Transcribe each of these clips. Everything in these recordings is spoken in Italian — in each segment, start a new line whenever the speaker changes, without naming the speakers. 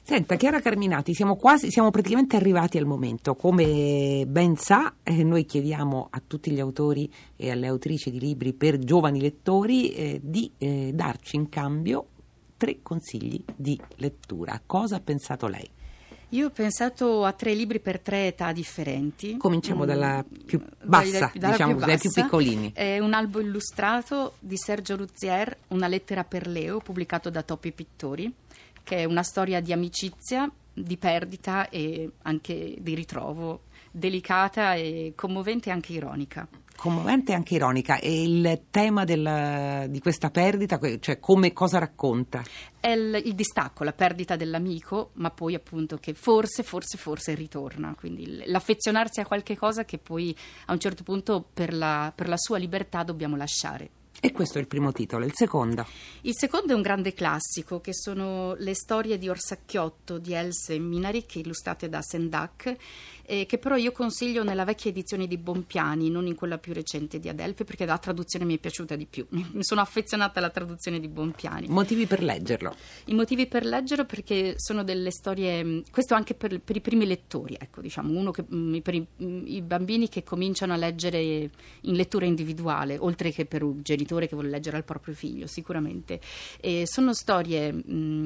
Senta, Chiara Carminati, siamo praticamente arrivati al momento. Come ben sa, noi chiediamo a tutti gli autori e alle autrici di libri per giovani lettori di darci in cambio 3 consigli di lettura. Cosa ha pensato lei?
Io ho pensato a 3 libri per 3 età differenti.
Cominciamo dalla più bassa, diciamo così, dai più piccolini.
È un albo illustrato di Sergio Ruzier, Una lettera per Leo, pubblicato da Topi Pittori, che è una storia di amicizia, di perdita e anche di ritrovo, delicata e commovente e anche ironica.
Commovente e anche ironica. E il tema di questa perdita, cioè cosa racconta?
È il distacco, la perdita dell'amico, ma poi appunto che forse ritorna, quindi l'affezionarsi a qualche cosa che poi a un certo punto per la sua libertà dobbiamo lasciare.
E questo è il primo titolo. Il secondo?
Il secondo è un grande classico, che sono le storie di Orsacchiotto di Else Minarik, illustrate da Sendak, che però io consiglio nella vecchia edizione di Bompiani, non in quella più recente di Adelphi, perché la traduzione mi è piaciuta di più. Mi sono affezionata alla traduzione di Bompiani.
Motivi per leggerlo?
I motivi per leggerlo perché sono delle storie, questo anche per i primi lettori, ecco, diciamo, per i bambini che cominciano a leggere in lettura individuale, oltre che per un genitore che vuole leggere al proprio figlio, sicuramente. Sono storie,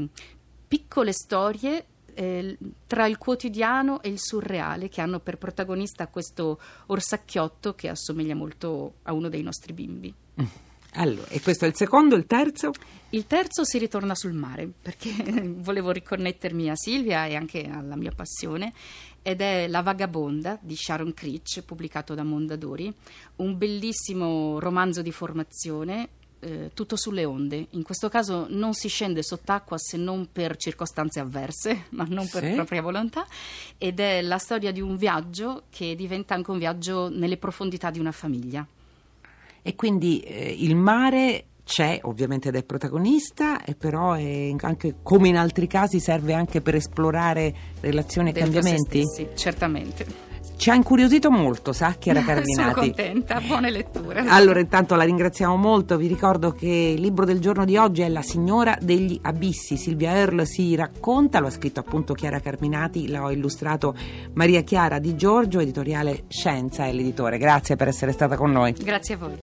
piccole storie, tra il quotidiano e il surreale, che hanno per protagonista questo Orsacchiotto che assomiglia molto a uno dei nostri bimbi.
Allora, e questo è il secondo. Il terzo?
Il terzo si ritorna sul mare, perché volevo riconnettermi a Silvia e anche alla mia passione, ed è La vagabonda di Sharon Creech, pubblicato da Mondadori, un bellissimo romanzo di formazione, tutto sulle onde. In questo caso non si scende sott'acqua se non per circostanze avverse, ma non per propria volontà, ed è la storia di un viaggio che diventa anche un viaggio nelle profondità di una famiglia.
E quindi il mare c'è ovviamente ed è protagonista, e però anche, come in altri casi, serve anche per esplorare relazioni e cambiamenti?
Sì, certamente.
Ci ha incuriosito molto, sa, Chiara Carminati.
Sono contenta, buone letture.
Allora, intanto la ringraziamo molto. Vi ricordo che il libro del giorno di oggi è La signora degli abissi. Silvia Earle si racconta, lo ha scritto appunto Chiara Carminati, l'ho illustrato Maria Chiara Di Giorgio, editoriale Scienza è l'editore. Grazie per essere stata con noi.
Grazie a voi.